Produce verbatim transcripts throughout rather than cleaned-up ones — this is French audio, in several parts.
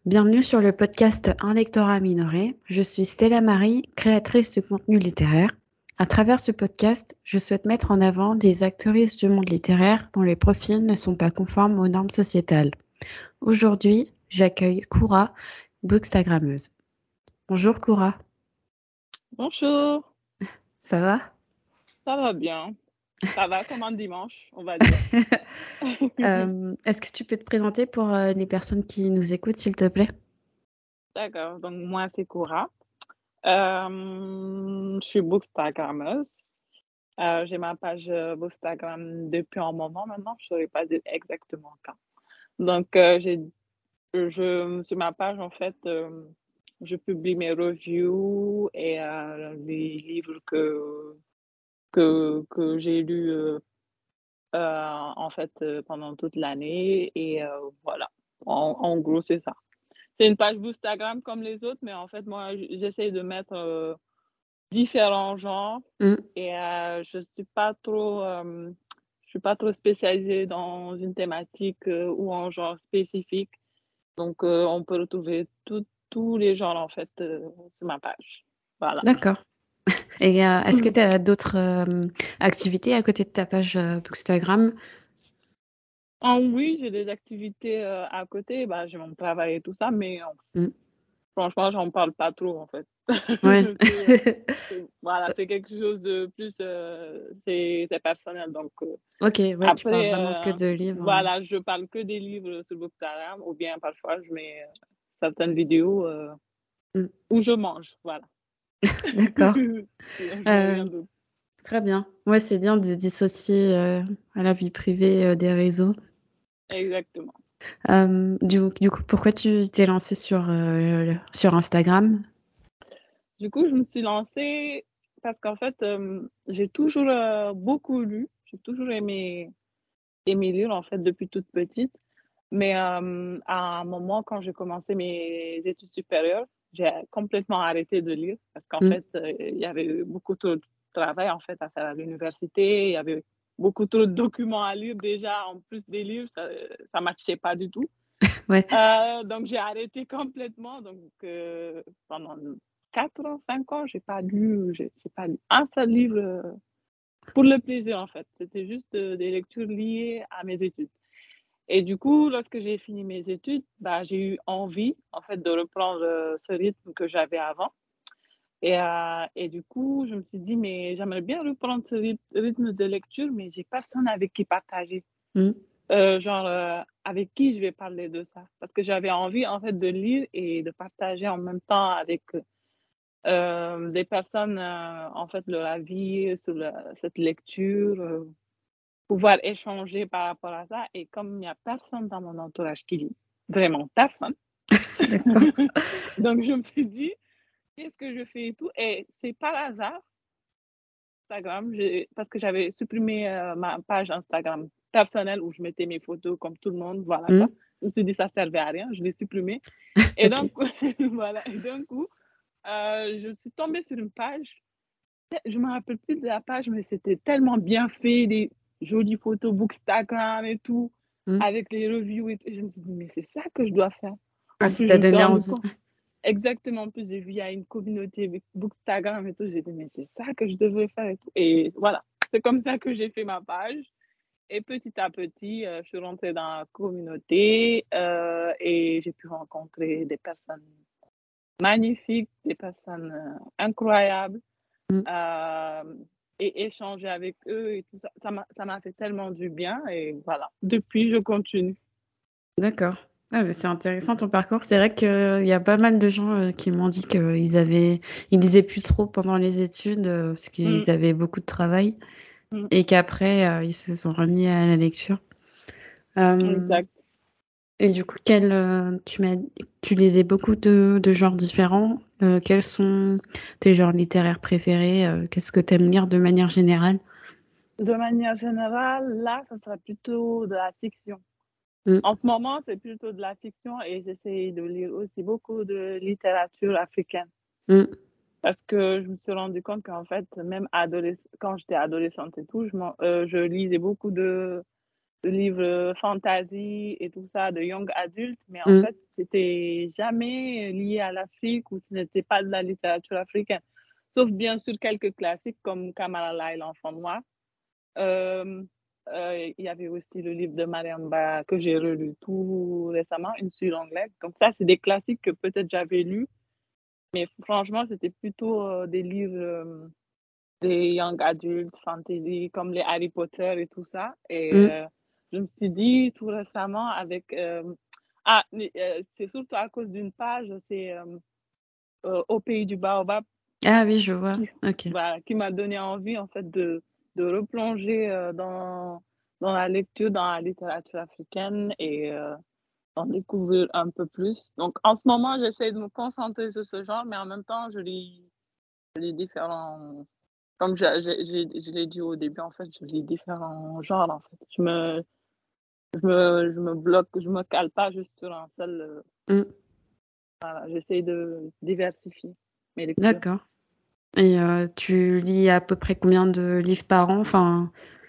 Bienvenue sur le podcast Un lectorat minoré. Je suis Stella Marie, créatrice de contenu littéraire. À travers ce podcast, je souhaite mettre en avant des actrices du monde littéraire dont les profils ne sont pas conformes aux normes sociétales. Aujourd'hui, j'accueille Koura, bookstagrammeuse. Bonjour Koura, Bonjour, ça va? ça va bien. Ça va comme un dimanche, on va dire. Euh, est-ce que tu peux te présenter pour euh, les personnes qui nous écoutent, s'il te plaît? D'accord, donc moi c'est Cora. Euh, je suis bookstagrammeuse. Euh, j'ai ma page euh, Bookstagram depuis un moment maintenant, je ne saurais pas dire exactement quand. Donc euh, j'ai, je, sur ma page en fait, euh, je publie mes reviews et euh, les livres que, que, que j'ai lus euh, euh, en fait euh, pendant toute l'année et euh, voilà. En, en gros, c'est ça. C'est une page Bookstagram comme les autres, mais en fait, moi, j- j'essaie de mettre euh, différents genres Mm. et euh, je suis pas trop, euh, je suis pas trop spécialisée dans une thématique euh, ou un genre spécifique. Donc, euh, on peut retrouver tout- tous les genres en fait euh, sur ma page. Voilà. D'accord. Et euh, est-ce que tu as d'autres euh, activités à côté de ta page euh, Bookstagram? Ah oui, j'ai des activités euh, à côté, bah, j'ai mon travail et tout ça, mais euh, Mm. franchement, j'en parle pas trop en fait. Ouais. C'est, euh, c'est- voilà, c'est quelque chose de plus, euh, c'est c'est personnel. Donc euh, Ok, ouais, tu parles après, vraiment que euh, de livres. voilà, je parle que des livres sur Bookstagram ou bien parfois je mets euh, certaines vidéos euh, Mm, où je mange. Voilà. d'accord. Sinon, je n'ai Euh, rien d'autre. Très bien. Ouais, c'est bien de dissocier euh, à la vie privée euh, des réseaux. Exactement. Euh, du, du coup, pourquoi tu t'es lancée sur, euh, sur Instagram? Du coup, je me suis lancée parce qu'en fait, euh, j'ai toujours euh, beaucoup lu. J'ai toujours aimé, aimé lire en fait depuis toute petite. Mais euh, à un moment, quand j'ai commencé mes études supérieures, j'ai complètement arrêté de lire parce qu'en Mm, fait, euh, il y avait beaucoup trop de travail en fait à faire à l'université. Il y avait beaucoup trop de documents à lire déjà, en plus des livres, ça ne matchait pas du tout. ouais. Euh, donc, j'ai arrêté complètement. Donc, euh, pendant quatre ans, cinq ans, j'ai pas lu, j'ai j'ai pas lu un seul livre euh, pour le plaisir en fait. C'était juste euh, des lectures liées à mes études. Et du coup, lorsque j'ai fini mes études, bah, j'ai eu envie, en fait, de reprendre euh, ce rythme que j'avais avant. Et, euh, et du coup, je me suis dit, mais j'aimerais bien reprendre ce ryth- rythme de lecture, mais j'ai personne avec qui partager. Mm, Euh, genre, euh, avec qui je vais parler de ça. Parce que j'avais envie, en fait, de lire et de partager en même temps avec euh, des personnes, euh, en fait, leur avis sur la- cette lecture, euh, pouvoir échanger par rapport à ça. Et comme il n'y a personne dans mon entourage qui lit, vraiment personne. d'accord. Donc, je me suis dit, qu'est-ce que je fais et tout. Et c'est par hasard, Instagram, j'ai- parce que j'avais supprimé euh, ma page Instagram personnelle où je mettais mes photos comme tout le monde, voilà quoi. Mm, Je me suis dit, ça ne servait à rien, je l'ai supprimé. Et ok. donc, voilà. Et d'un coup, euh, je suis tombée sur une page. Je me rappelle plus de la page, mais c'était tellement bien fait, des jolies photos Bookstagram et tout, Mm. avec les reviews et tout. Et je me suis dit, mais c'est ça que je dois faire. Ah, En ça plus, t'a je me suis donné rendu envie. compte. Exactement. En plus, j'ai vu, il y a une communauté avec Bookstagram et tout. J'ai dit, mais c'est ça que je devrais faire et tout. Et voilà. C'est comme ça que j'ai fait ma page. Et petit à petit, euh, je suis rentrée dans la communauté euh, et j'ai pu rencontrer des personnes magnifiques, des personnes euh, incroyables Mm, euh, et échanger avec eux et tout ça. Ça m'a, ça m'a fait tellement du bien et voilà. Depuis, je continue. d'accord. Ah, mais c'est intéressant ton parcours. C'est vrai qu'il y a pas mal de gens euh, qui m'ont dit qu'ils avaient, ils lisaient plus trop pendant les études euh, parce Mm, qu'ils avaient beaucoup de travail mm, et qu'après euh, ils se sont remis à la lecture. Euh, exact. et du coup, quel, euh, tu m'as, tu lisais beaucoup de, de genres différents. Euh, quels sont tes genres littéraires préférés? Euh, qu'est-ce que tu aimes lire de manière générale? De manière générale, là, ça sera plutôt de la fiction. Mm, En ce moment, c'est plutôt de la fiction et j'essaie de lire aussi beaucoup de littérature africaine. mm, Parce que je me suis rendu compte qu'en fait, même adoles- quand j'étais adolescente et tout, je, m'en- euh, je lisais beaucoup de de livres fantasy et tout ça, de young adult, mais en Mm. fait, c'était jamais lié à l'Afrique ou ce n'était pas de la littérature africaine. Sauf bien sûr quelques classiques comme Kamala l'enfant noir. Euh, euh, il y avait aussi le livre de Mariam Ba que j'ai relu tout récemment, Une sur l'anglais. Donc ça, c'est des classiques que peut-être j'avais lus, mais franchement, c'était plutôt euh, des livres, euh, des young adultes, fantasy, comme les Harry Potter et tout ça. Et Mm. euh, je me suis dit tout récemment avec... euh, ah, euh, c'est surtout à cause d'une page, c'est euh, euh, Au pays du baobab, Ah oui, je vois. qui, Ok. voilà, qui m'a donné envie en fait de, de replonger euh, dans, dans la lecture, dans la littérature africaine et euh, d'en découvrir un peu plus. Donc en ce moment, j'essaie de me concentrer sur ce genre, mais en même temps, je lis, je lis différents... Comme je, je, je, je l'ai dit au début, en fait, je lis différents genres, en fait. Je me, je me, je me bloque, je me cale pas juste sur un seul... euh, Mm. Voilà, j'essaie de diversifier mes lectures. D'accord. Et euh, tu lis à peu près combien de livres par an? Enfin,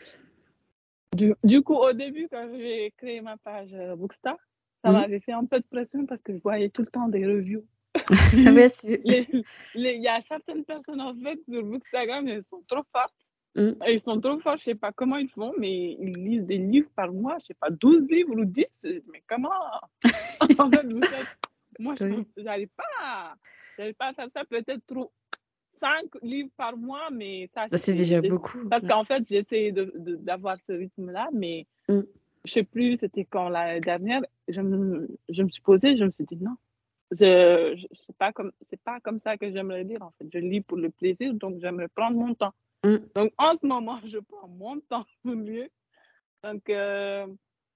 Du, du coup, au début, quand j'ai créé ma page euh, Bookstar, ça mm. m'avait fait un peu de pression parce que je voyais tout le temps des reviews. Ouais, c'est... Les- les- Il y a certaines personnes, en fait, sur Bookstagram, elles sont trop fortes. Mm. Ils sont trop forts, je sais pas comment ils font, mais ils lisent des livres par mois, je sais pas, douze livres ou dix. Mais comment? En fait, vous êtes... Moi, je Oui. n'arrive pas, à... j'arrive pas à faire ça, peut-être trop cinq livres par mois, mais ça, Bah, c'est c'était... déjà beaucoup. Parce Mm. qu'en fait, j'essaie de, de, d'avoir ce rythme-là, mais Mm. je sais plus, c'était quand l'année dernière, je me, je me suis posée, je me suis dit non, je, je c'est pas comme, c'est pas comme ça que j'aimerais lire en fait. Je lis pour le plaisir, donc j'aimerais prendre mon temps. Mm. Donc en ce moment, je prends mon temps pour lire. Donc euh,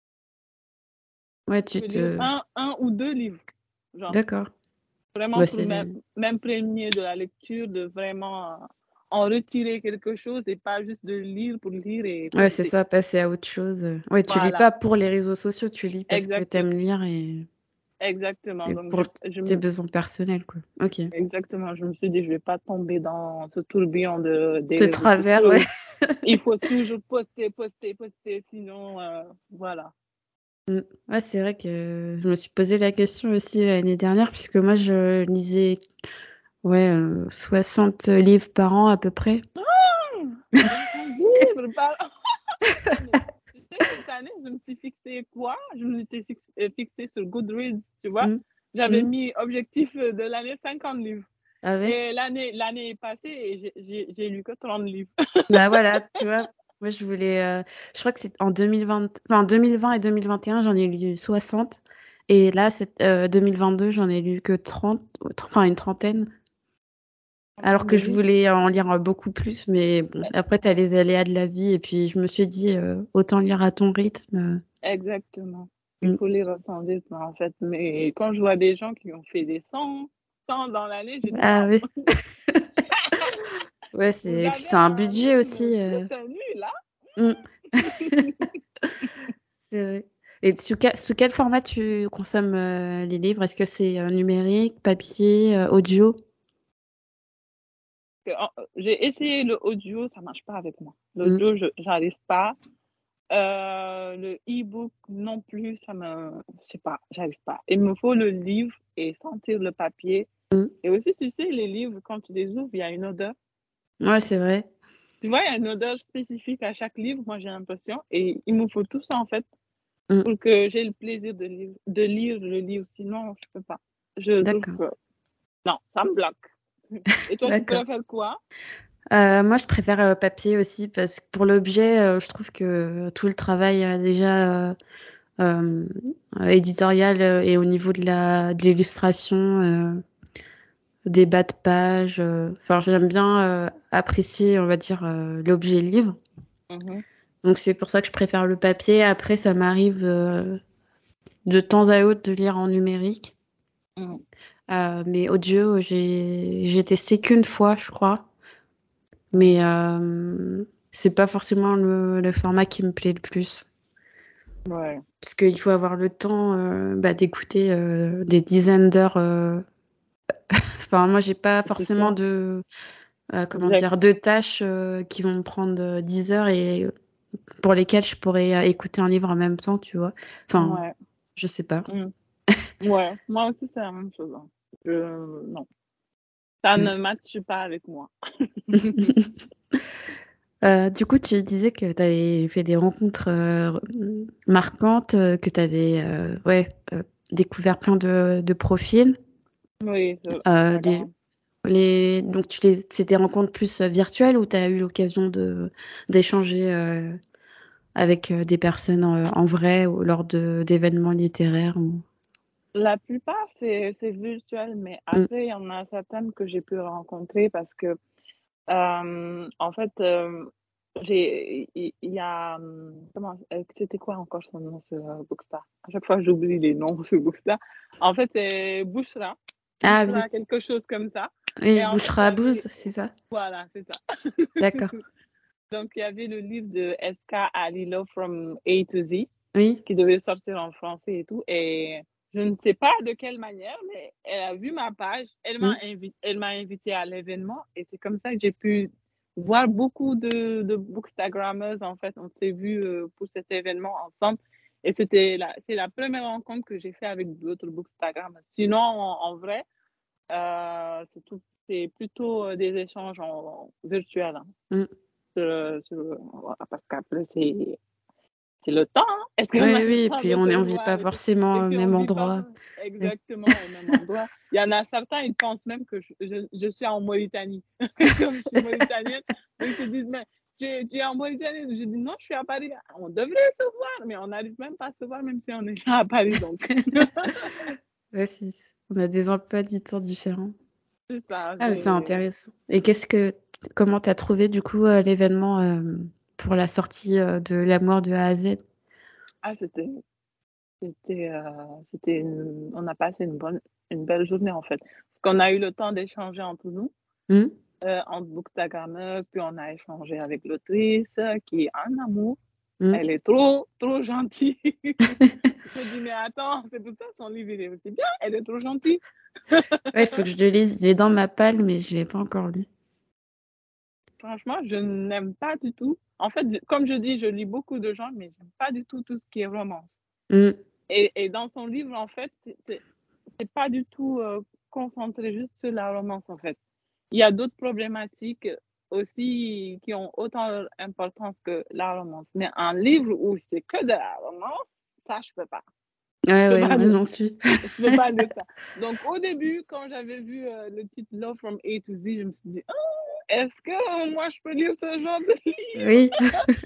Ouais, je tu vais lire te... un, un ou deux livres, genre D'accord. vraiment Bah, pour c'est... m'imprégner de la lecture, de vraiment euh, en retirer quelque chose et pas juste de lire pour lire et Ouais, c'est poster. ça, passer à autre chose. Ouais, tu lis Voilà, pas pour les réseaux sociaux, tu lis parce que exactement, t'aimes lire et, exactement. et Donc pour je, je tes me besoins personnels, quoi. Ok. Exactement, je me suis dit, je vais pas tomber dans ce tourbillon de, des C'est réseaux travers, ouais. sociaux. Il faut toujours poster, poster, poster, sinon, euh, voilà. Mm. Ouais, c'est vrai que je me suis posé la question aussi l'année dernière, puisque moi, je lisais ouais, euh, soixante livres par an à peu près. soixante livres par an. Non, mais tu sais, cette année, je me suis fixé quoi? Je me suis fix- euh, fixé sur Goodreads, tu vois. Mm. J'avais Mm. mis objectif de l'année cinquante livres. Ah ouais? Et l'année, l'année est passée et j'ai- j'ai j'ai lu que trente livres. Bah voilà, tu vois. Moi, je voulais. euh, je crois que c'est en deux mille vingt, enfin, deux mille vingt et deux mille vingt et un, j'en ai lu soixante. Et là, c'est euh, deux mille vingt-deux, j'en ai lu que trente, ou tr- enfin une trentaine. Alors Trentaine que de je livres. voulais en lire beaucoup plus. Mais bon, après, tu as les aléas de la vie. Et puis, je me suis dit, euh, autant lire à ton rythme. Exactement. Il Mm. faut les ressembler, en fait. Mais quand je vois des gens qui ont fait des cent, cent dans l'année, je dis Ah waouh, oui. Ouais, vous c'est... et puis avez c'est un un budget rythme aussi. plus euh. tenu là. Mm. C'est vrai. Et sous quel, sous quel format tu consommes euh, les livres? Est-ce que c'est euh, numérique, papier, euh, audio? Que, oh, j'ai essayé le audio, ça marche pas avec moi. Mm. L'audio, je j'arrive pas. Euh, le e-book non plus, ça me, je sais pas, j'arrive pas. Il me faut le livre et sentir le papier. Mm. Et aussi, tu sais, les livres, quand tu les ouvres, il y a une odeur. Ouais, c'est vrai. Tu vois, il y a une odeur spécifique à chaque livre, moi j'ai l'impression. Et il me faut tout ça, en fait, Mm. pour que j'ai le plaisir de lire, de lire le livre. Sinon, je peux pas. Je trouve D'accord. que non, ça me bloque. Et toi, tu D'accord. préfères quoi? Euh, moi, je préfère euh, papier aussi parce que pour l'objet, euh, je trouve que tout le travail euh, déjà euh, euh, éditorial euh, et au niveau de la de l'illustration, euh, des bas de page, euh, enfin, j'aime bien euh, apprécier, on va dire, euh, l'objet livre. Mhm, Donc c'est pour ça que je préfère le papier. Après, ça m'arrive euh, de temps à autre de lire en numérique. mhm. Euh, mais audio, j'ai j'ai testé qu'une fois, je crois. Mais euh, c'est pas forcément le, le format qui me plaît le plus. Ouais, Parce qu'il faut avoir le temps euh, bah, d'écouter euh, des dizaines d'heures. euh. Enfin, moi, j'ai pas c'est forcément ça. de, euh, comment Exact. dire, de tâches euh, qui vont me prendre euh, dix heures et pour lesquels je pourrais euh, écouter un livre en même temps, tu vois. Enfin, Ouais. je sais pas. Mm. Ouais. Moi aussi, c'est la même chose, hein. Je... Non. Ça Mm. ne matche pas avec moi. Euh, du coup, tu disais que tu avais fait des rencontres euh, marquantes, euh, que tu avais euh, ouais, euh, découvert plein de, de profils. Oui, sur Euh, des, Instagram. les, donc, tu les, c'était des rencontres plus euh, virtuelles ou tu as eu l'occasion de, d'échanger euh, avec euh, des personnes en, en vrai ou lors de, d'événements littéraires ou... La plupart, c'est c'est virtuel, mais Mm. après, il y en a certaines que j'ai pu rencontrer parce que, euh, en fait, euh, j'ai, il il y, a, hum, comment, euh, c'était quoi encore son nom sur euh, Bookstar? À chaque fois, j'oublie les noms sur Bookstar. En fait, c'est Bouchra, Ah oui, Bouchra, quelque chose comme ça. oui, Et en fait, il Bouchra y à Bouz, avait, c'est ça? voilà, c'est ça. D'accord. Donc, il y avait le livre de S K Alilo From A to Z, Oui. qui devait sortir en français et tout. Et je ne sais pas de quelle manière, mais elle a vu ma page, elle m'a Mm. invité, elle m'a invité à l'événement et c'est comme ça que j'ai pu voir beaucoup de, de bookstagrammeuses. En fait, on s'est vu euh, pour cet événement ensemble et c'était la, c'est la première rencontre que j'ai fait avec d'autres bookstagrammeuses. Sinon, en, en vrai, euh, c'est tout, c'est plutôt euh, des échanges en, en virtuel, hein. Mm. Sur- sur- parce qu'après, c'est c'est le temps, hein. Est-ce qu'on Oui, a le oui, et temps puis de on se ne vit pas voir et tout? forcément Et au puis on même vit pas endroit. Oui. exactement au même endroit. Il y en a certains, ils pensent même que je, je- je suis en Mauritanie. Comme je suis mauritanienne, ils se disent, mais tu, tu es en Mauritanie? Je dis, non, je suis à Paris. On devrait se voir, mais on n'arrive même pas à se voir, même si on est déjà à Paris. Donc, Ouais, c'est- on a des emplois du temps différents. c'est ça. Ah, mais c'est c'est- intéressant. Et qu'est-ce que, comment t'as trouvé du coup euh, l'événement euh, pour la sortie euh, de L'amour de A à Z? Ah, c'était, c'était, euh, c'était une- on a passé une bonne, une belle journée, en fait. Parce qu'on a eu le temps d'échanger entre nous. Hmm. Euh, entre bookstagrammeuse, puis on a échangé avec l'autrice euh, qui est un amour. Hmm. Elle est trop, trop gentille. Je me dis, mais attends, c'est pour ça son livre, il est aussi bien. Elle est trop gentille. Ouais, il faut que je le lise. Il est dans ma palle, mais je ne l'ai pas encore lu. Franchement, je n'aime pas du tout. En fait, je- comme je dis, je lis beaucoup de gens, mais j'aime pas du tout tout ce qui est romance. Hmm. Et, et dans son livre, en fait, c'est c'est- c'est pas du tout euh, concentré juste sur la romance, en fait. Il y a d'autres problématiques aussi qui ont autant d'importance que la romance. Mais un livre où c'est que de la romance, ça, je peux pas. Je Ouais, peux ouais, pas moi lire, non plus. je peux pas lire ça. Donc, au début, quand j'avais vu euh, le titre Love from A to Z, je me suis dit, oh, est-ce que moi, je peux lire ce genre de livre? Oui.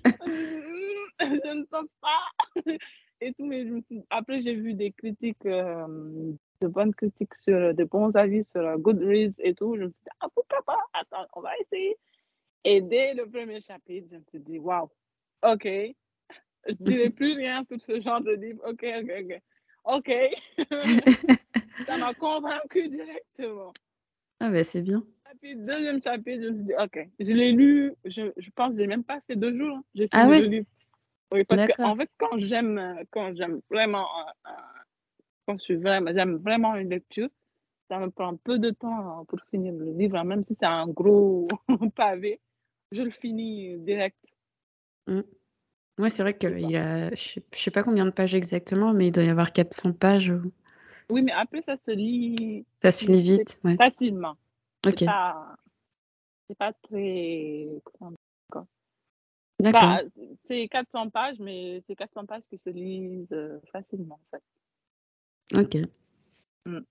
Je ne pense pas. Et tout, mais je me suis... après, j'ai vu des critiques, euh, de bonnes critiques sur, de bons avis sur euh, Goodreads et tout. Je me suis dit, ah, pourquoi pas? Attends, on va essayer. Et dès le premier chapitre, je me suis dit, waouh, ok, je dirai plus rien sur ce genre de livre. Ok, ok, ok. Ok. Ça m'a convaincu directement. Ah, bah, c'est bien. Chapitre, deuxième chapitre, je me suis dit, ok, je l'ai lu, je, je pense que j'ai même pas fait deux jours, hein. J'ai Ah fini le ouais, livre. Oui, parce que d'accord. en fait, quand j'aime, euh, quand j'aime vraiment, euh, euh, quand je suis vraiment, j'aime vraiment une lecture, ça me prend peu de temps euh, pour finir le livre, hein, même si c'est un gros pavé, je le finis direct. Hmm. Ouais, c'est vrai C'est ça. qu'il a, je sais, je sais pas combien de pages exactement, mais il doit y avoir quatre cents pages. ou- Oui, mais après, ça se lit Ça se lit c'est vite, ouais. facilement. C'est Ok, pas, c'est pas très, comment dire, d'accord. bah, c'est quatre cents pages, mais c'est quatre cents pages qui se lisent euh, facilement, en fait. Ok. Mm.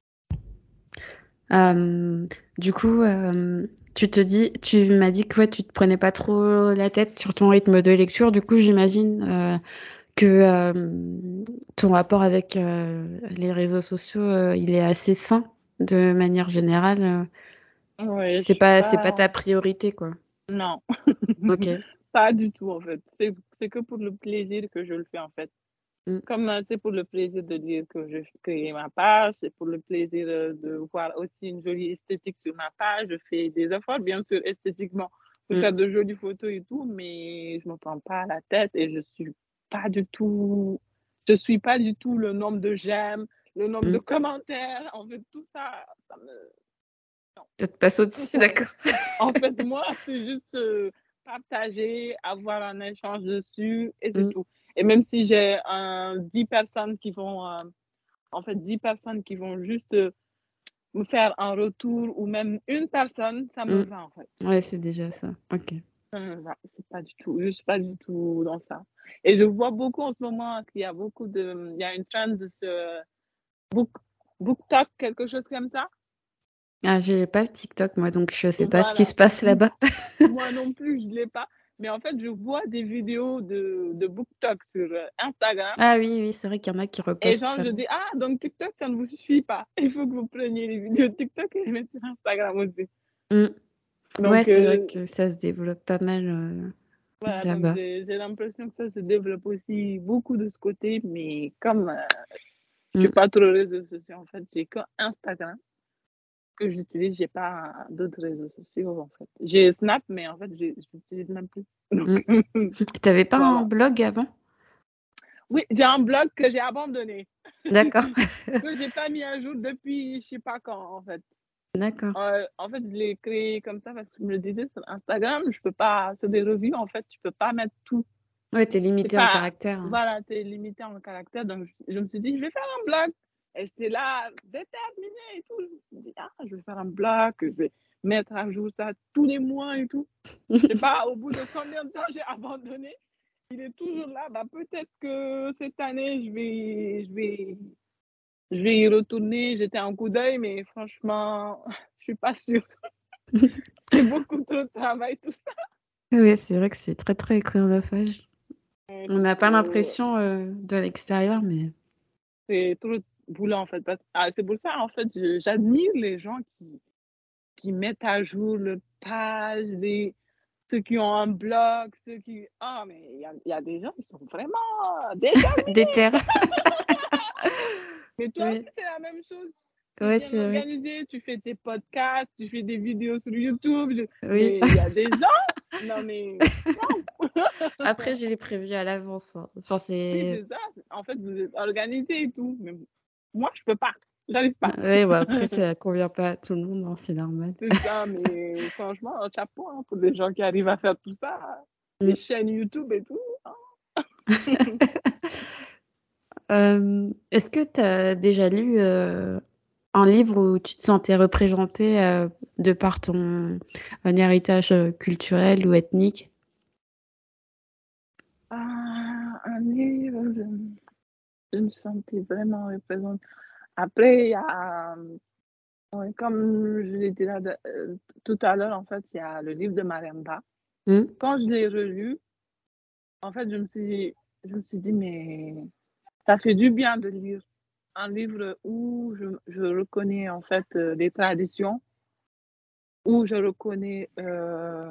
Euh, du coup, euh, tu te dis, tu m'as dit que ouais, tu te prenais pas trop la tête sur ton rythme de lecture. Du coup, j'imagine euh, que euh, ton rapport avec euh, les réseaux sociaux, euh, il est assez sain de manière générale. euh. Ouais, je C'est suis pas, c'est pas pas, ta priorité, quoi. non. Ok. Pas du tout, en fait. C'est c'est que pour le plaisir que je le fais, en fait. Mm, Comme euh, c'est pour le plaisir de lire que je crée ma page, c'est pour le plaisir euh, de voir aussi une jolie esthétique sur ma page. Je fais des efforts, bien sûr, esthétiquement, pour mm, faire de jolies photos et tout, mais je me prends pas la tête et je suis pas du tout, je suis pas du tout le nombre de j'aime, le nombre de mm. commentaires. En fait, tout ça, ça me, Je te passe tout au-dessus, ça, d'accord. en fait, moi, c'est juste, euh, partager, avoir un échange dessus et c'est Mm. tout. Et même si j'ai euh, dix personnes qui vont, euh, en fait, dix personnes qui vont juste euh, me faire un retour ou même une personne, ça me Mm. va en fait. Ouais, c'est déjà ça. Ok. Ça me va. C'est pas du tout, je suis pas du tout dans ça. Et je vois beaucoup en ce moment qu'il y a beaucoup de, il y a une trend de ce book, BookTok, quelque chose comme ça. Ah, j'ai pas TikTok, moi, donc je sais pas ce qui Voilà. se passe là-bas. Moi non plus, je l'ai pas. Mais en fait, je vois des vidéos de, de BookTok sur euh, Instagram. Ah oui, oui, c'est vrai qu'il y en a qui Et repostent genre, pas je mal. dis, ah, donc TikTok, ça ne vous suffit pas. Il faut que vous preniez les vidéos de TikTok et les mettre sur Instagram aussi. Mm. Ouais, Donc, c'est vrai euh, que ça se développe pas mal euh, voilà, donc là-bas. j'ai j'ai l'impression que ça se développe aussi beaucoup de ce côté. Mais comme euh, je Mm. suis pas trop réseaux sociaux, en fait, j'ai que Instagram que j'utilise. J'ai pas d'autres réseaux sociaux, en fait. J'ai Snap, mais en fait, je n'utilise même plus. Donc, Mm. T'avais pas un voilà. blog avant? Oui, j'ai un blog que j'ai abandonné, D'accord. que j'ai pas mis à jour depuis je sais pas quand, en fait. D'accord. Euh, en fait, je l'ai créé comme ça parce que je me disais sur Instagram, je peux pas, sur des revues, en fait, tu peux pas mettre tout. Ouais, t'es C'est limité en pas, caractère. Hein. voilà, tu es limité en caractère. Donc, je, je me suis dit, je vais faire un blog. Et j'étais là, déterminée et tout. Je me suis dit, ah, je vais faire un blog, je vais mettre à jour ça tous les mois et tout. Je sais pas, au bout de combien de temps j'ai abandonné. Il est toujours là. Bah, peut-être que cette année, je vais, je vais, je vais y retourner, jeter un coup d'œil, mais franchement, je suis pas sûre. C'est beaucoup trop de travail, tout ça. Oui, c'est vrai que c'est très, très chronophage. Euh, On C'est n'a pas trop, l'impression euh, de l'extérieur, mais... c'est trop de boulot, en fait. Parce- ah, c'est pour ça, en fait, je- j'admire les gens qui, qui mettent à jour leur page, les, ceux qui ont un blog, ceux qui... Ah, mais il y a, il y a des gens qui sont vraiment déterminés. Des terres. Mais toi aussi, Oui, c'est la même chose. Tu es ouais, bien c'est vrai. organisé, tu fais tes podcasts, tu fais des vidéos sur YouTube. je- Oui. Mais il y a des gens, non mais, non. Après, je l'ai prévu à l'avance. Hein. Enfin, Oui, c'est... c'est ça. En fait, vous êtes organisé et tout. Mais moi, je peux pas. J'arrive pas. Oui, bah, après, ça convient pas à tout le monde, hein, c'est normal. C'est ça, mais franchement, un chapeau hein, pour les gens qui arrivent à faire tout ça. Des Mm. chaînes YouTube et tout. hein. Euh, est-ce que tu as déjà lu euh, un livre où tu te sentais représenté euh, de par ton un héritage euh, culturel ou ethnique? Ah, un livre, je, je me sentais vraiment représentée. Après, il y a, ouais, comme je l'ai dit là, de- euh, tout à l'heure, en fait, il y a le livre de Maremba. Mm. Quand je l'ai relu, en fait, je me suis, je me suis dit, mais ça fait du bien de lire un livre où je, je reconnais en fait euh, des traditions, où je reconnais, euh,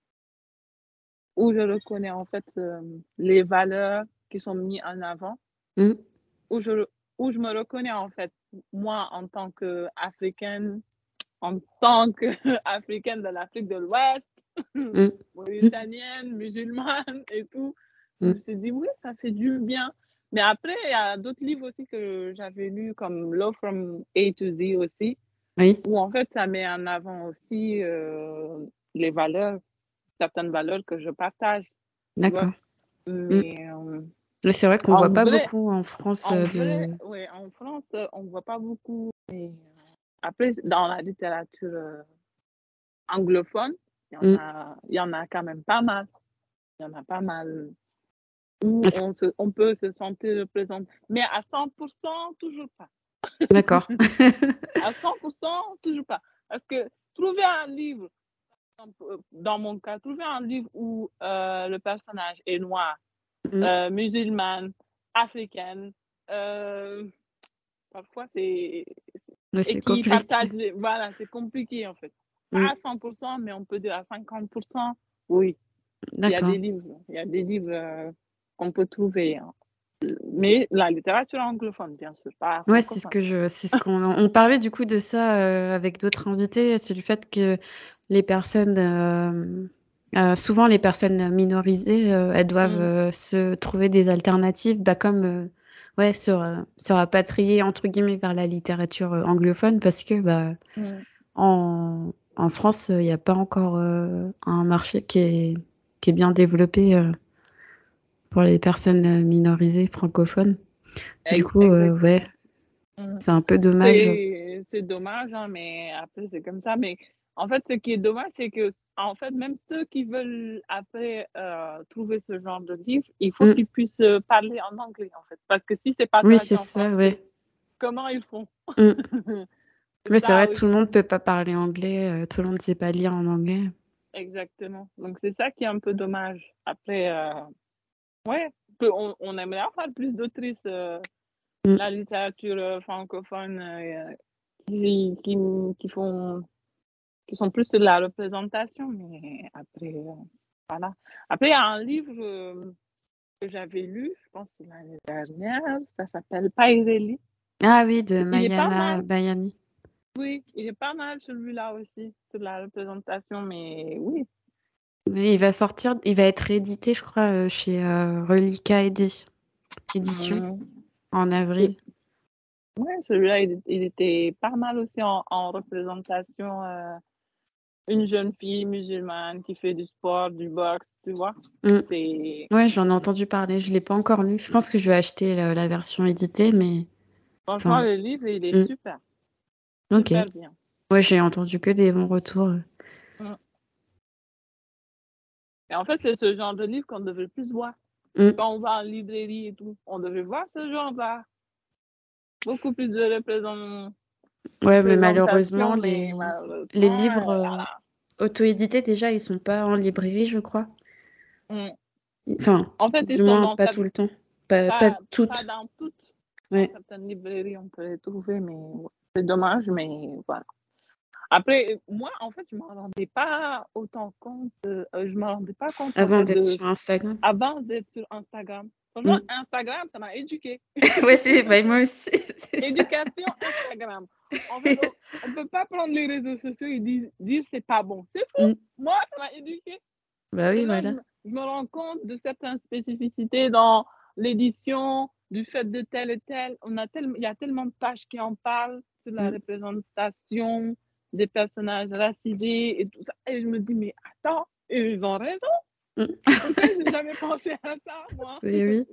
où je reconnais en fait euh, les valeurs qui sont mises en avant, Mm. où je, où je me reconnais en fait, moi en tant qu'Africaine, en tant qu'Africaine de l'Afrique de l'Ouest, Mm. mauritanienne, musulmane et tout. Je Mm. me suis dit, oui, ça fait du bien. Mais après, il y a d'autres livres aussi que j'avais lus, comme Love from A to Z aussi, Oui, où en fait, ça met en avant aussi euh, les valeurs, certaines valeurs que je partage, tu vois. d'accord. Mm. Mais euh, Mais c'est vrai qu'on voit en pas vrai, beaucoup en France en euh, vrai, de... ouais, en France, on ne voit pas beaucoup. Mais après, dans la littérature euh, anglophone, il y en Mm. a, il y en a quand même pas mal. Il y en a pas mal où Est-ce- on, se, on peut se sentir représenté. Mais à cent pour cent, toujours pas. D'accord. À cent pour cent, toujours pas. Parce que trouver un livre, dans mon cas, trouver un livre où euh, le personnage est noir, Mm. euh, musulmane, africaine, euh, parfois c'est. Mais Et c'est qui partage. compliqué. Les... Voilà, c'est compliqué en fait. Mm. Pas à cent pour cent, mais on peut dire à cinquante pour cent. Oui, il y a D'accord. des livres. Il y a des livres euh, qu'on peut trouver. Hein. Mais la littérature anglophone, bien sûr, pas Ouais, c'est ce francophone. que je, c'est ce qu'on on parlait du coup de ça euh, avec d'autres invités, c'est le fait que les personnes, euh, euh, souvent les personnes minorisées, euh, elles doivent Mm, euh, se trouver des alternatives, bah, comme euh, ouais, se, ra- se rapatrier entre guillemets vers la littérature euh, anglophone parce que bah, mm, en, en France, il n'y a pas encore euh, un marché qui est, qui est bien développé euh, pour les personnes minorisées francophones. Du coup, euh, ouais, Mhm. c'est un peu dommage. C'est, c'est dommage, hein, mais après, c'est comme ça. Mais en fait, ce qui est dommage, c'est que, en fait, même ceux qui veulent après euh, trouver ce genre de livre, il faut Mm. qu'ils puissent euh, parler en anglais, en fait. Parce que si c'est pas Oui, traduit c'est en ça, français, ouais. comment ils font? Mm. C'est Oui, c'est ça vrai, tout le aussi. monde peut pas parler anglais, euh, tout le monde sait pas lire en anglais. Exactement. Donc, c'est ça qui est un peu dommage. Après, euh, ouais, peu- on, on aimerait avoir plus d'autrices, euh, Mm. la littérature euh, francophone euh, qui, qui, qui font qui sont plus sur la représentation, mais après, euh, voilà. Après, il y a un livre euh, que j'avais lu, je pense que c'est l'année dernière, ça s'appelle Pairelli. Ah oui, de Il est pas Mayana mal, Bayani. oui, il est pas mal celui-là aussi, sur la représentation, mais oui. Oui, il va sortir, il va être réédité, je crois, euh, chez euh, Relica Édi- Édition Hum, en ce- avril. ouais, celui-là, il, il était pas mal aussi en, en représentation. euh, une jeune fille musulmane qui fait du sport, du boxe, tu vois. Mm. C'est Ouais, j'en ai entendu parler, je l'ai pas encore lu. Je pense que je vais acheter la, la version éditée, mais franchement, enfin, le livre, il est mm. super, Ok. super bien. Ouais, j'ai entendu que des bons retours. Hum. Et en fait, c'est ce genre de livre qu'on devrait plus voir. Mm. Quand on va en librairie et tout, on devrait voir ce genre-là. Beaucoup plus de représent- Ouais, mais malheureusement, représentation, mais les, les malheureusement, livres euh, euh, voilà. auto-édités, déjà, ils sont pas en librairie, je crois. Hum. Enfin, En fait, ils du sont moins, dans pas cer- tout le temps. Pas, pas pas, pas toutes. dans toutes. Dans Ouais. certaines librairies, on peut les trouver, mais ouais, c'est dommage, mais voilà. Après, moi, en fait, je ne m'en rendais pas autant compte, euh, je me rendais pas compte, en Avant fait, d'être de, sur Instagram. avant d'être sur Instagram. Franchement, Mm. Instagram, ça m'a éduqué. Ouais, c'est bah, moi aussi, c'est ça. Éducation Instagram. En fait, on ne peut pas prendre les réseaux sociaux et dire, dire c'est pas bon. C'est faux. Mm. Moi, ça m'a éduqué. Bah oui, Maintenant, je voilà. me, je me rends compte de certaines spécificités dans l'édition, du fait de tel et tel. On a tel, il y a tellement de pages qui en parlent sur la Mm. représentation des personnages racisés et tout ça. Et je me dis, mais attends, ils ont raison. Mm. Pourquoi je n'ai jamais pensé à ça, moi? Oui, oui.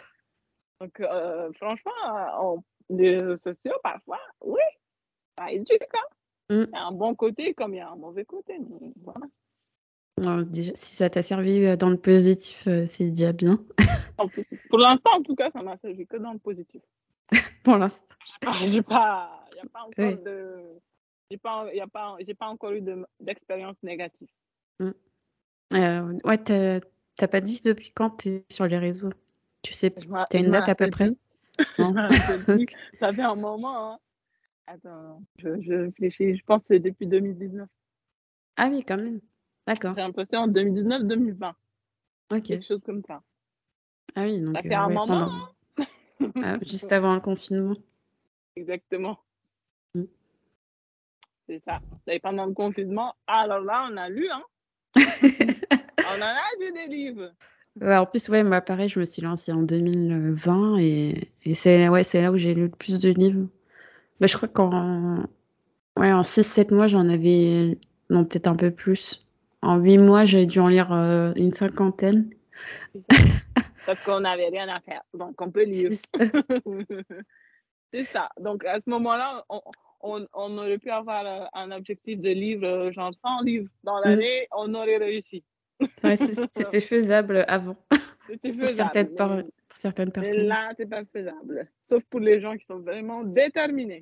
Donc, euh, franchement, on, les réseaux sociaux, parfois, oui, ça éduque. Hein. Mm. Il y a un bon côté comme il y a un mauvais côté. Mais voilà. Alors, déjà, si ça t'a servi euh, dans le positif, euh, c'est déjà bien. Pour l'instant, en tout cas, ça m'a servi que dans le positif. Pour l'instant. J'ai pas, il n'y a pas encore Oui. de, j'ai pas, y a pas, j'ai pas encore eu de, d'expérience négative. Mm. Euh, ouais, t'as t'as pas dit depuis quand t'es sur les réseaux? Tu sais, Je me, t'as je une me date à peu rappelle près? plus. Je Non? me rappelle plus. Ok. Ça fait un moment. Hein. Attends, je, je réfléchis. Je pense que c'est depuis deux mille dix-neuf. Ah oui, quand même. D'accord. J'ai l'impression deux mille dix-neuf deux mille vingt. Ok. Quelque chose comme ça. Ah oui, Ça donc fait euh, un ouais, moment. pendant Hein. ah, juste avant le confinement. Exactement. Mm. C'est ça. Et pendant le confinement, alors là, on a lu. Hein. On en a lu des livres. Ouais, en plus, ouais, moi, pareil, je me suis lancée en deux mille vingt et, et c'est ouais, c'est là où j'ai lu le plus de livres. Bah, je crois qu'en ouais, en six sept mois, j'en avais, non, peut-être un peu plus. En huit mois, j'ai dû en lire euh, une cinquantaine. C'est ça. Parce qu'on n'avait rien à faire. Donc, on peut lire. C'est ça. C'est ça. Donc, à ce moment-là, on, on, on aurait pu avoir euh, un objectif de livre, euh, genre cent livres dans Mm. l'année, on aurait réussi. Ouais, c'est- c'était faisable avant C'était pour certaines, faisable. par- Mais, pour certaines mais personnes. là, c'est pas faisable. Sauf pour les gens qui sont vraiment déterminés.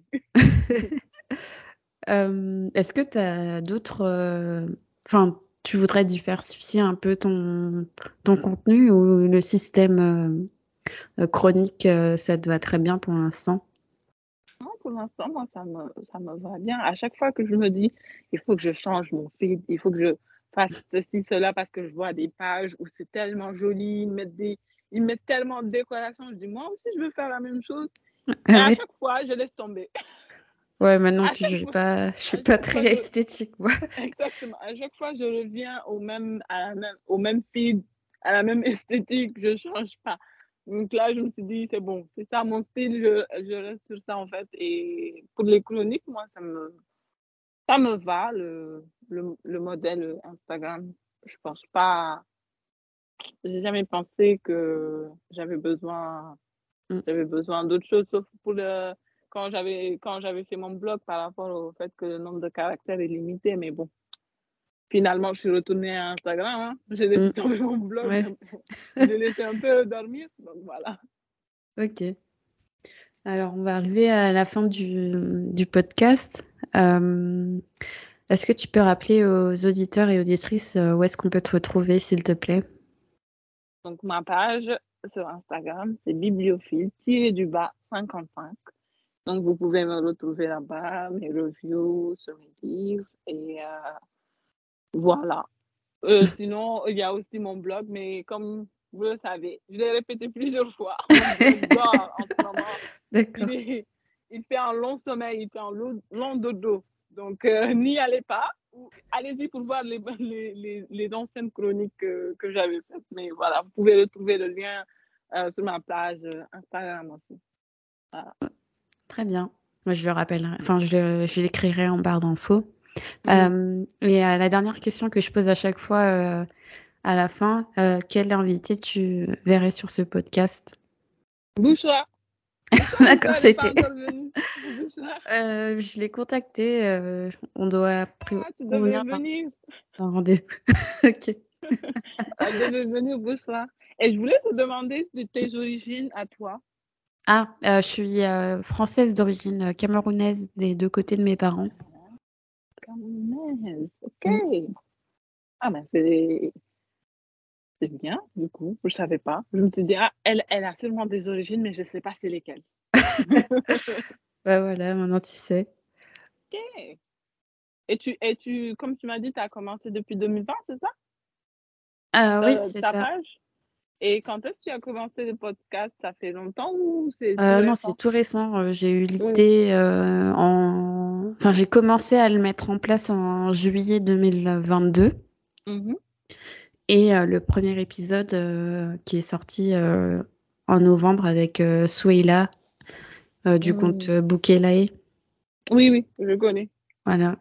Euh, est-ce que tu as d'autres... euh, Enfin, tu voudrais diversifier un peu ton, ton contenu ou le système euh, euh, chronique, euh, ça te va très bien pour l'instant? Non, pour l'instant, moi, ça me, ça me va bien. À chaque fois que je me dis, il faut que je change mon feed, il faut que je fasse ceci, cela, parce que je vois des pages où c'est tellement joli, ils mettent, des, ils mettent tellement de décorations. Je dis, moi aussi, je veux faire la même chose. Et Ah à oui. chaque fois, je laisse tomber. Ouais, moi non À plus, je chaque suis fois, pas, je suis à pas chaque fois, très je, esthétique, moi. exactement, à chaque fois, je reviens au même, à la même, au même feed, à la même esthétique, je change pas. Donc là, je me suis dit, c'est bon, c'est ça mon style, je, je reste sur ça en fait. Et pour les chroniques, moi, ça me, ça me va, le, le, le modèle Instagram. Je pense pas. j'ai jamais pensé que j'avais besoin, Mm. j'avais besoin d'autre chose, sauf pour le, quand j'avais, quand j'avais fait mon blog par rapport au fait que le nombre de caractères est limité. Mais bon, finalement, je suis retournée à Instagram. Hein. J'ai laissé Mm. tomber mon blog. Ouais. Je l'ai laissé un peu dormir. Donc voilà. Ok. Alors, on va arriver à la fin du, du podcast. Euh, est-ce que tu peux rappeler aux auditeurs et auditrices euh, où est-ce qu'on peut te retrouver, s'il te plaît? Donc ma page sur Instagram, c'est bibliophile tiré du bas cinquante-cinq. Donc vous pouvez me retrouver là-bas, mes reviews sur mes livres et euh, voilà. Euh, sinon, il y a aussi mon blog, mais comme vous le savez, je l'ai répété plusieurs fois, mon blog dort en ce moment. D'accord. Il, est, il fait un long sommeil, il fait un long, long dodo. Donc, euh, n'y allez pas. Ou allez-y pour voir les, les, les, les anciennes chroniques que, que j'avais faites. Mais voilà, vous pouvez retrouver le lien euh, sur ma page euh, Instagram aussi. Voilà. Très bien. Moi, je le rappellerai. Enfin, je, le- je l'écrirai en barre d'infos. Mhm. Euh, et euh, la dernière question que je pose à chaque fois euh, à la fin, euh, quel invité tu verrais sur ce podcast? Bouchoir. Pourquoi D'accord, Bouchoir n'est pas c'était. encore venu? Bouchoir. Euh, je l'ai contacté. Euh, on doit pré- Ah, tu devais convenir d'un venir. d'un rendez-vous. Ok. Elle devait venir Bouchoir. Et je voulais te demander de tes origines à toi. Ah, euh, je suis euh, française d'origine camerounaise des deux côtés de mes parents. Camerounaise. Mm. Ok. Ah, ben c'est c'est bien, du coup. Je savais pas. Je me suis dit, ah, elle, elle a sûrement des origines, mais je sais pas c'est lesquelles. Bah voilà, maintenant tu sais. Ok. Et tu, et tu, comme tu m'as dit, tu as commencé depuis deux mille vingt, c'est ça? Ah oui, Ta, c'est ta ça. page? Et quand est-ce que tu as commencé le podcast? Ça fait longtemps ou c'est tout Euh, non, c'est récent? tout récent. Euh, J'ai eu Oui. l'idée euh, en... Enfin, j'ai commencé à le mettre en place en juillet deux mille vingt-deux. Mhm. Et euh, le premier épisode euh, qui est sorti euh, en novembre avec euh, Souheila euh, du compte Mm. euh, Boukelae. Oui, oui, je connais. Voilà.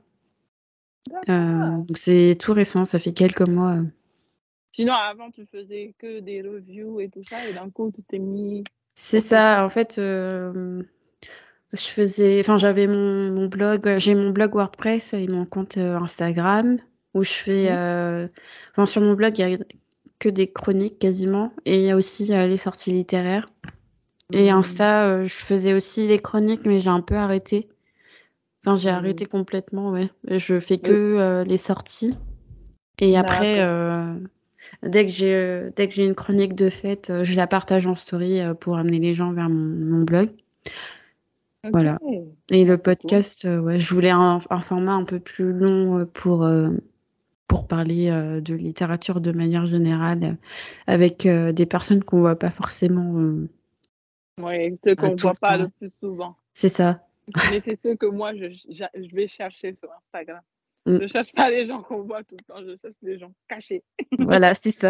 Euh, D'accord. donc c'est tout récent, ça fait quelques mois. euh. Sinon, avant, tu faisais que des reviews et tout ça, et d'un coup, tu t'es mis C'est au ça, podcast. en fait, euh, je faisais, enfin j'avais mon, mon blog, euh, j'ai mon blog WordPress et mon compte euh, Instagram où je fais, Mhm. euh, enfin sur mon blog il y a que des chroniques quasiment et il y a aussi euh, les sorties littéraires. Et Mm. Insta, euh, je faisais aussi les chroniques mais j'ai un peu arrêté. Enfin j'ai arrêté Mm. complètement, ouais. Je fais que Euh, euh, les sorties et après D'accord. euh, dès que j'ai euh, dès que j'ai une chronique de fête, euh, je la partage en story euh, pour amener les gens vers mon, mon blog. Ok. Voilà. Et Ah, le c'est cool. podcast, euh, ouais, je voulais un, un format un peu plus long euh, pour, euh, pour parler euh, de littérature de manière générale, euh, avec euh, des personnes qu'on voit pas forcément euh, Oui, ce à qu'on tout voit le pas le temps. plus souvent. C'est ça. Mais c'est ce que moi, je, j'a- je vais chercher sur Instagram. Mm. Je cherche pas les gens qu'on voit tout le temps, je cherche les gens cachés. Voilà, c'est ça.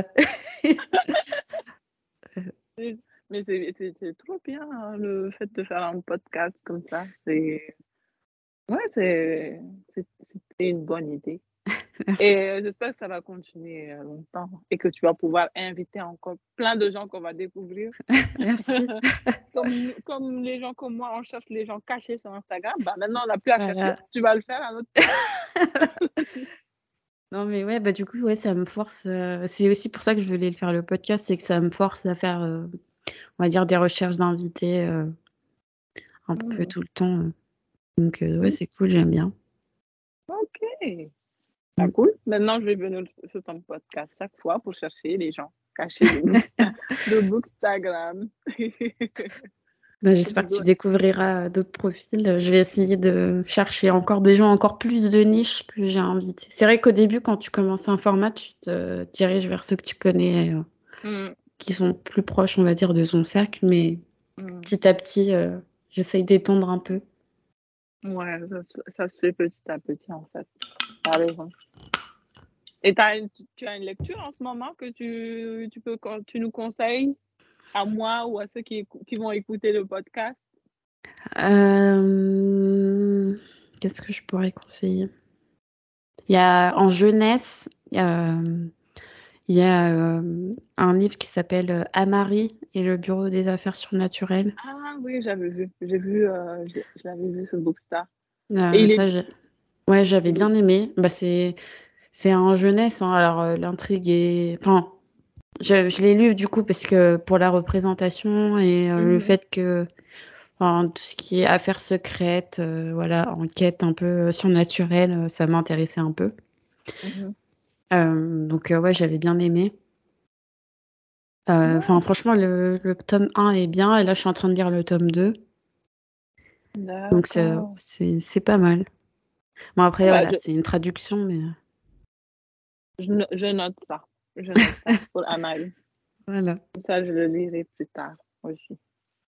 Mais c'est c'est- c'est trop bien, hein, le fait de faire un podcast comme ça. C'est ouais, c'est c'est- c'était une bonne idée. Merci. Et euh, j'espère que ça va continuer euh, longtemps et que tu vas pouvoir inviter encore plein de gens qu'on va découvrir. Merci. Comme, comme les gens comme moi, on cherche les gens cachés sur Instagram. Bah, maintenant, on n'a plus à chercher. Voilà. Tu vas le faire à notre place. Non, mais ouais, bah du coup, ouais, ça me force. euh, C'est aussi pour ça que je voulais le faire le podcast, c'est que ça me force à faire, euh, on va dire, des recherches d'invités euh, un peu Hmm. tout le temps. euh. Donc, euh, ouais, c'est cool, j'aime bien. Ok. Ah, Mm. cool. Maintenant, je vais venir sur ton podcast chaque fois pour chercher les gens cachés de, book, de Bookstagram. Ben, j'espère que tu découvriras d'autres profils. Je vais essayer de chercher encore des gens encore plus de niche que j'ai invités. C'est vrai qu'au début, quand tu commences un format, tu te diriges vers ceux que tu connais, euh, Hmm, qui sont plus proches, on va dire, de son cercle. Mais hmm. petit à petit, euh, j'essaye d'étendre un peu. Ouais, ça, se- ça se fait petit à petit, en fait. T'as raison. Et t'as une- tu tu as une lecture en ce moment que tu, tu peux, tu nous conseilles à moi ou à ceux qui, écou- qui vont écouter le podcast? Euh, Qu'est-ce que je pourrais conseiller? Il y a en jeunesse, il y a, Il y a euh, un livre qui s'appelle euh, Amari et le Bureau des affaires surnaturelles. Ah oui, j'avais vu. J'ai vu, euh, je, je l'avais vu sur Bookstar. Et Euh, il est, ça, j'ai- ouais, j'avais il est- bien aimé. Bah, c'est c'est en jeunesse, hein. Alors euh, l'intrigue est, enfin, je, je l'ai lu du coup parce que pour la représentation et euh, le Mhm, fait que, enfin, tout ce qui est affaires secrètes, euh, voilà, enquête un peu euh, surnaturelle, euh, ça m'intéressait un peu. mhm. Euh, donc euh, ouais, j'avais bien aimé. Euh, Enfin, Ouais, franchement, le, le tome un est bien et là, je suis en train de lire le tome deux. Donc c'est d'accord. c'est c'est pas mal. Bon après, Ah bah, voilà, je, c'est une traduction, mais euh, je, no- je note ça. Je note ça pour Amari. voilà. Comme ça, je le lirai plus tard aussi.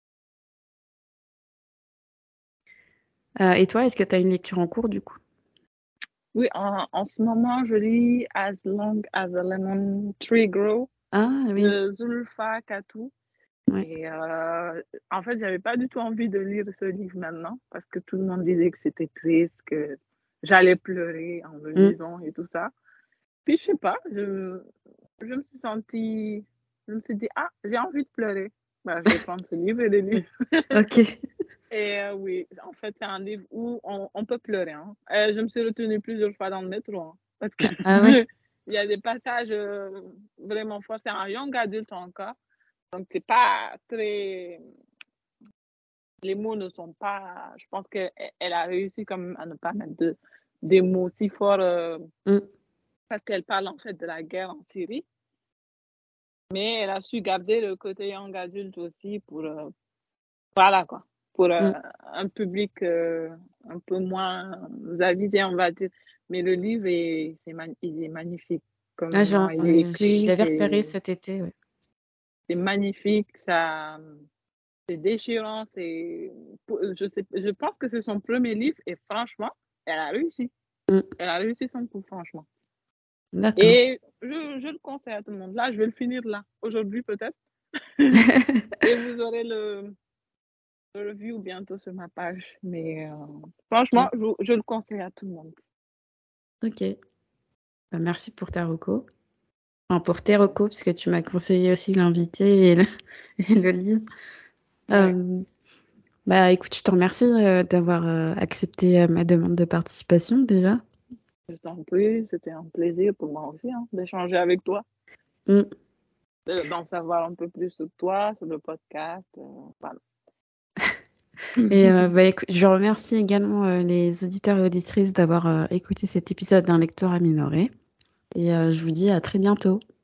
Euh, et toi, est-ce que tu as une lecture en cours du coup? Oui, en, en ce moment, je lis As Long as a Lemon Tree Grows Ah oui, de Zulfa Katou. ouais. Et euh, en fait, j'avais pas du tout envie de lire ce livre maintenant parce que tout le monde disait que c'était triste, que j'allais pleurer en le Mm. lisant et tout ça. Puis je sais pas, je, je me suis sentie, je me suis dit, ah, j'ai envie de pleurer. Bah, je vais prendre ce livre et le lire. Ok. Et euh, oui, en fait, c'est un livre où on, on peut pleurer. Hein. Euh, je me suis retenue plusieurs fois dans le métro hein, parce que Ah ouais. il y a des passages euh, vraiment forts. C'est un young adulte encore, donc c'est pas très. Les mots ne sont pas. Je pense qu'elle elle a réussi comme à ne pas mettre de, des mots si forts euh, Mm. parce qu'elle parle en fait de la guerre en Syrie. Mais elle a su garder le côté young adulte aussi pour, euh, voilà quoi, pour euh, Mm. un public euh, un peu moins avisé, on va dire. Mais le livre, est, c'est man- il est magnifique. Ah, Comment genre, il est euh, je écrit, l'avais repéré c'est, cet été, ouais. c'est magnifique, ça, c'est déchirant. C'est, je, sais, je pense que c'est son premier livre et franchement, elle a réussi. Mm. Elle a réussi son coup, franchement. D'accord. Et je, je le conseille à tout le monde. Là, je vais le finir là, aujourd'hui peut-être. Et vous aurez le, le review bientôt sur ma page. Mais euh, franchement, Top. je, je le conseille à tout le monde. Ok. Bah, merci pour ta reco. Enfin, pour tes recos, parce que tu m'as conseillé aussi l'invité et le, et le livre. Ouais, Euh, Bah écoute, je te remercie euh, d'avoir euh, accepté euh, ma demande de participation déjà. je t'en prie, c'était un plaisir pour moi aussi hein, d'échanger avec toi, Mm. de- d'en savoir un peu plus sur toi, sur le podcast. Euh, voilà. Et euh, bah, écoute, je remercie également euh, les auditeurs et auditrices d'avoir euh, écouté cet épisode d'un lecteur à minorer. Et euh, je vous dis à très bientôt.